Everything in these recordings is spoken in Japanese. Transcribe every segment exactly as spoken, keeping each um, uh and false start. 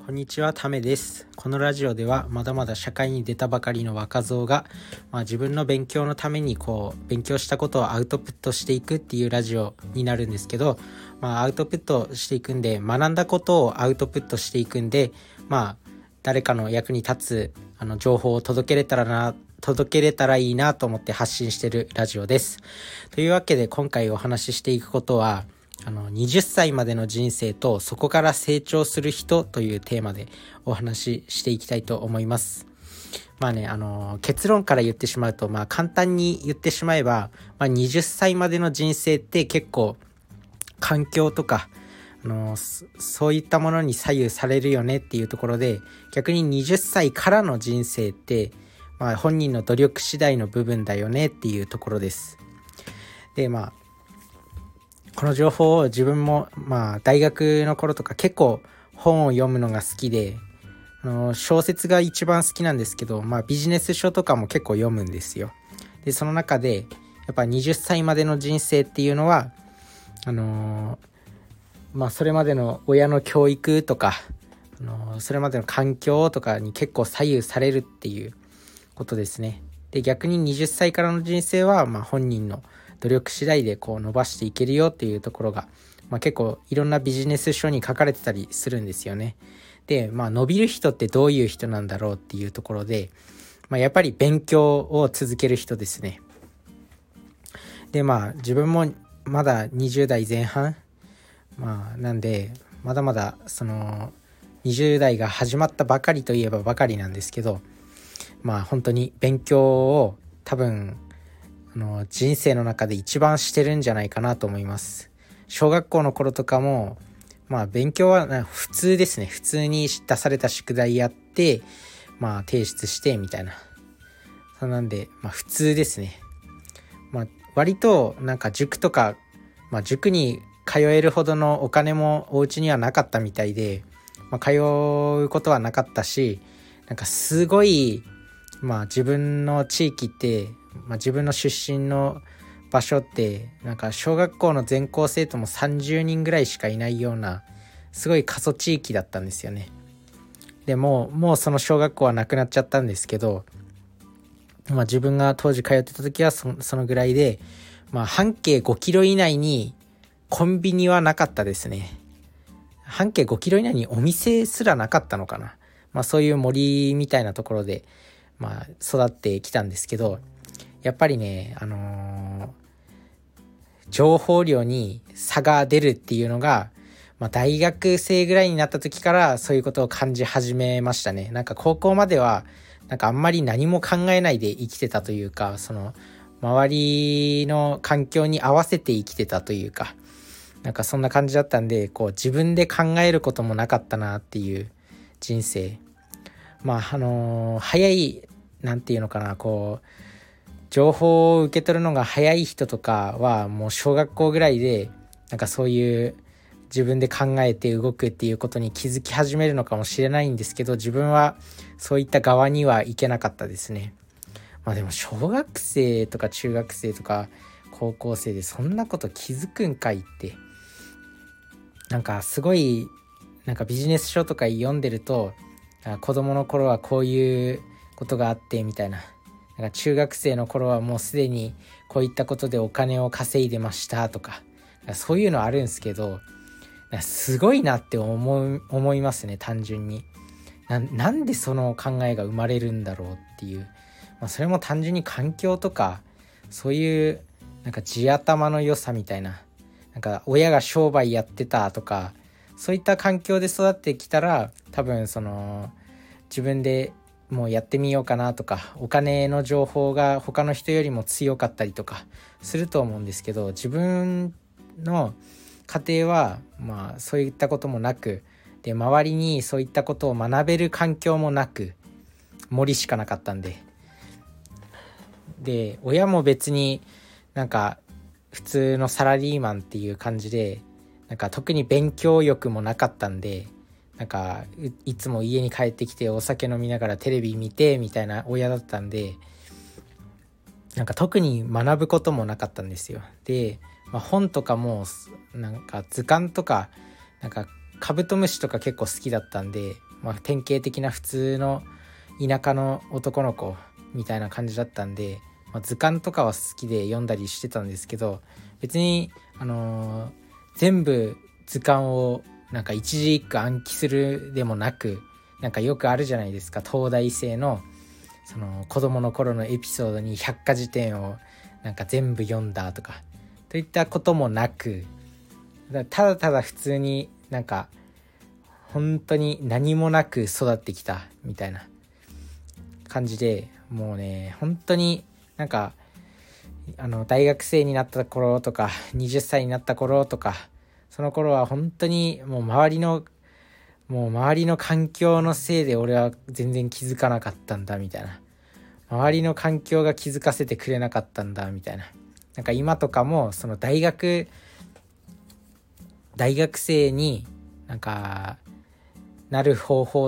こんにちは、ためです。このラジオではまだまだ社会に出たばかりの若造が、まあ、自分の勉強のためにこう勉強したことをアウトプットしていくっていうラジオになるんですけど、まあ、アウトプットしていくんで、学んだことをアウトプットしていくんで、まあ誰かの役に立つあの情報を届けれたらな届けれたらいいなと思って発信してるラジオです。というわけで今回お話ししていくことは、あのはたちまでの人生とそこから成長する人というテーマでお話ししていきたいと思います。まあね、あの結論から言ってしまうと、まあ簡単に言ってしまえば、まあ、はたちまでの人生って結構環境とかあのそういったものに左右されるよねっていうところで、逆にはたちからの人生って、まあ、本人の努力次第の部分だよねっていうところです。で、まあこの情報を自分もまあ大学の頃とか結構本を読むのが好きで、あの小説が一番好きなんですけど、まあビジネス書とかも結構読むんですよ。でその中でやっぱはたちまでの人生っていうのはあのー、まあそれまでの親の教育とか、あのー、それまでの環境とかに結構左右されるっていうことですね。で逆にはたちからの人生はまあ本人の努力次第でこう伸ばしていけるよっていうところが、まあ、結構いろんなビジネス書に書かれてたりするんですよね。で、まあ伸びる人ってどういう人なんだろうっていうところで、まあ、やっぱり勉強を続ける人ですね。でまあ自分もまだにじゅう代前半、まあなんでまだまだそのにじゅう代が始まったばかりといえばばかりなんですけど、まあ本当に勉強を多分あの人生の中で一番してるんじゃないかなと思います。小学校の頃とかもまあ勉強は普通ですね。普通に出された宿題やってまあ提出してみたいな、そうなんでまあ普通ですね。まあ割となんか塾とか、まあ塾に通えるほどのお金もお家にはなかったみたいで、まあ、通うことはなかったし、なんかすごいまあ自分の地域ってまあ、自分の出身の場所ってなんか小学校の全校生徒もさんじゅうにんぐらいしかいないようなすごい過疎地域だったんですよね。でももうその小学校はなくなっちゃったんですけど、まあ、自分が当時通ってた時は そ, そのぐらいで、まあ、半径ごキロ以内にコンビニはなかったですね。半径ごキロ以内にお店すらなかったのかな。まあ、そういう森みたいなところで、まあ、育ってきたんですけど、やっぱりね、あのー、情報量に差が出るっていうのが、まあ、大学生ぐらいになった時からそういうことを感じ始めましたね。なんか高校まではなんかあんまり何も考えないで生きてたというか、その周りの環境に合わせて生きてたというか、なんかそんな感じだったんで、こう自分で考えることもなかったなっていう人生。まああのー、早いなんていうのかな、こう情報を受け取るのが早い人とかはもう小学校ぐらいでなんかそういう自分で考えて動くっていうことに気づき始めるのかもしれないんですけど、自分はそういった側には行けなかったですね。まあでも小学生とか中学生とか高校生でそんなこと気づくんかいって、なんかすごいなんかビジネス書とか読んでると、子供の頃はこういうことがあってみたいな、なんか中学生の頃はもうすでにこういったことでお金を稼いでましたとか、そういうのあるんですけど、すごいなって思う思いますね。単純に な, なんでその考えが生まれるんだろうっていう、まあ、それも単純に環境とかそういうなんか地頭の良さみたいな、なんか親が商売やってたとかそういった環境で育ってきたら、多分その自分でもうやってみようかなとか、お金の情報が他の人よりも強かったりとかすると思うんですけど、自分の家庭はまあそういったこともなく、で周りにそういったことを学べる環境もなく、森しかなかったんで、で親も別になんか普通のサラリーマンっていう感じで、なんか特に勉強欲もなかったんで、なんか い, いつも家に帰ってきてお酒飲みながらテレビ見てみたいな親だったんで、なんか特に学ぶこともなかったんですよ。で、まあ、本とかもなんか図鑑とかなんかカブトムシとか結構好きだったんで、 まあ、典型的な普通の田舎の男の子みたいな感じだったんで、まあ、図鑑とかは好きで読んだりしてたんですけど、別に、あのー、全部図鑑をなんか一字一句暗記するでもなく、なんかよくあるじゃないですか、東大生のその子供の頃のエピソードに百科事典をなんか全部読んだとかといったこともなく、ただただ普通になんか本当に何もなく育ってきたみたいな感じで、もうね本当になんかあの大学生になった頃とかはたちになった頃とか、その頃は本当にもう周りのもう周りの環境のせいで俺は全然気づかなかったんだみたいな、周りの環境が気づかせてくれなかったんだみたいな、なんか今とかもその大学大学生になんかなる方法って、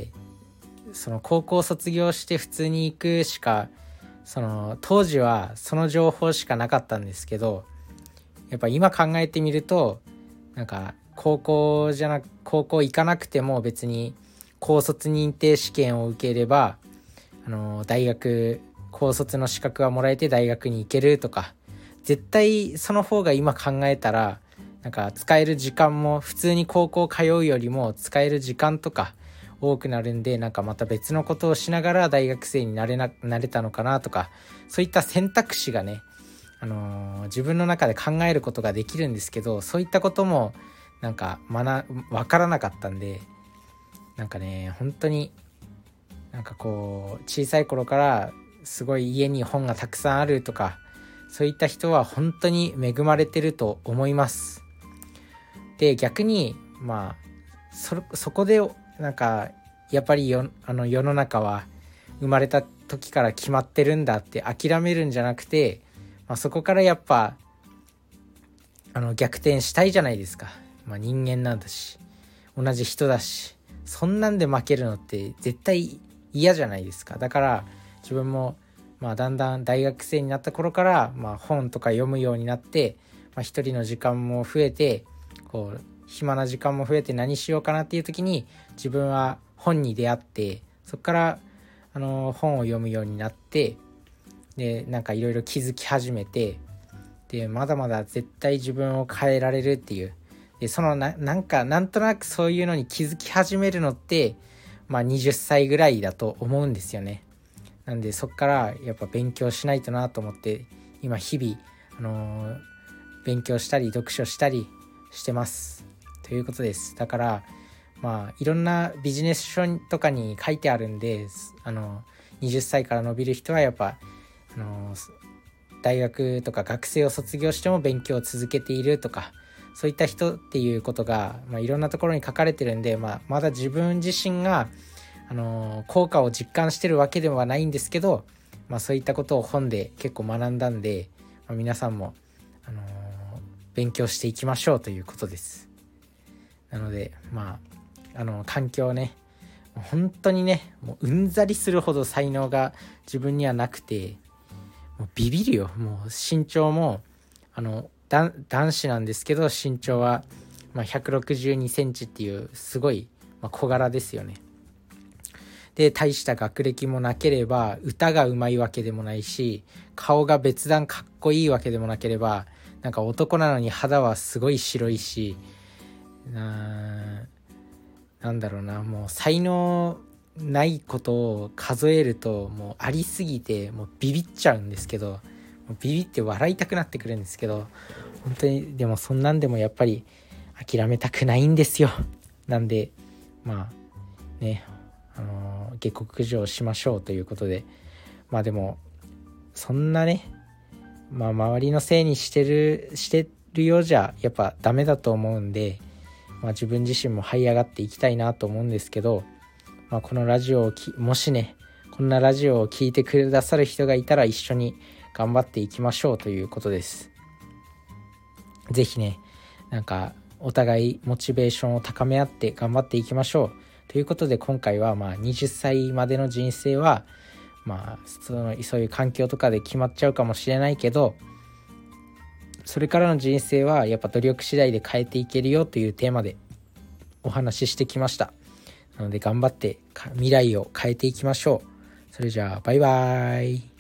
その高校卒業して普通に行くしか、その当時はその情報しかなかったんですけど、やっぱ今考えてみると、なんか高校じゃなく高校行かなくても別に高卒認定試験を受ければ、あの大学高卒の資格がもらえて大学に行けるとか、絶対その方が今考えたらなんか使える時間も普通に高校通うよりも使える時間とか多くなるんで、なんかまた別のことをしながら大学生になれななれたのかなとか、そういった選択肢がね、あのー、自分の中で考えることができるんですけど、そういったこともなんか学分からなかったんで、なんかね本当になんかこう小さい頃からすごい家に本がたくさんあるとか、そういった人は本当に恵まれてると思います。で逆にまあ そ, そこでなんかやっぱりよあの世の中は生まれた時から決まってるんだって諦めるんじゃなくて、まあ、そこからやっぱあの逆転したいじゃないですか。まあ、人間なんだし同じ人だし、そんなんで負けるのって絶対嫌じゃないですか。だから自分もまあだんだん大学生になった頃からまあ本とか読むようになって、まあ、一人の時間も増えて、こう暇な時間も増えて何しようかなっていう時に自分は本に出会って、そこからあの本を読むようになって、でなんかいろいろ気づき始めて、でまだまだ絶対自分を変えられるっていう、でその な, なんかなんとなくそういうのに気づき始めるのってまあはたちぐらいだと思うんですよね。なんでそこからやっぱ勉強しないとなと思って、今日々、あのー、勉強したり読書したりしてますということです。だからまあいろんなビジネス書とかに書いてあるんで、あのはたちから伸びる人はやっぱ、あのー、大学とか学生を卒業しても勉強を続けているとか、そういった人っていうことが、まあ、いろんなところに書かれてるんで、まあ、まだ自分自身が、あのー、効果を実感してるわけではないんですけど、まあ、そういったことを本で結構学んだんで、まあ、皆さんも、あのー、勉強していきましょうということです。なのでまああの環境ね、本当にねもううんざりするほど才能が自分にはなくて、もうビビるよ。もう身長もあの男子なんですけど、身長はまあひゃくろくじゅうにセンチっていうすごいまあ小柄ですよね。で大した学歴もなければ歌がうまいわけでもないし、顔が別段かっこいいわけでもなければ、なんか男なのに肌はすごい白いし、な, なんだろうなもう才能ないことを数えるともうありすぎてもうビビっちゃうんですけど、もうビビって笑いたくなってくるんですけど、本当にでもそんなんでもやっぱり諦めたくないんですよ。なんでまあね、あのー、下克上しましょうということで、まあでもそんなね、まあ周りのせいにしてるしてるようじゃやっぱダメだと思うんで、まあ、自分自身も這い上がっていきたいなと思うんですけど、まあ、このラジオをきもしねこんなラジオを聞いてくださる人がいたら一緒に頑張っていきましょうということです。ぜひね、なんかお互いモチベーションを高め合って頑張っていきましょうということで、今回はまあはたちまでの人生はまあそのそういう環境とかで決まっちゃうかもしれないけど、それからの人生はやっぱ努力次第で変えていけるよというテーマでお話ししてきました。 なので頑張って未来を変えていきましょう。それじゃあバイバーイ。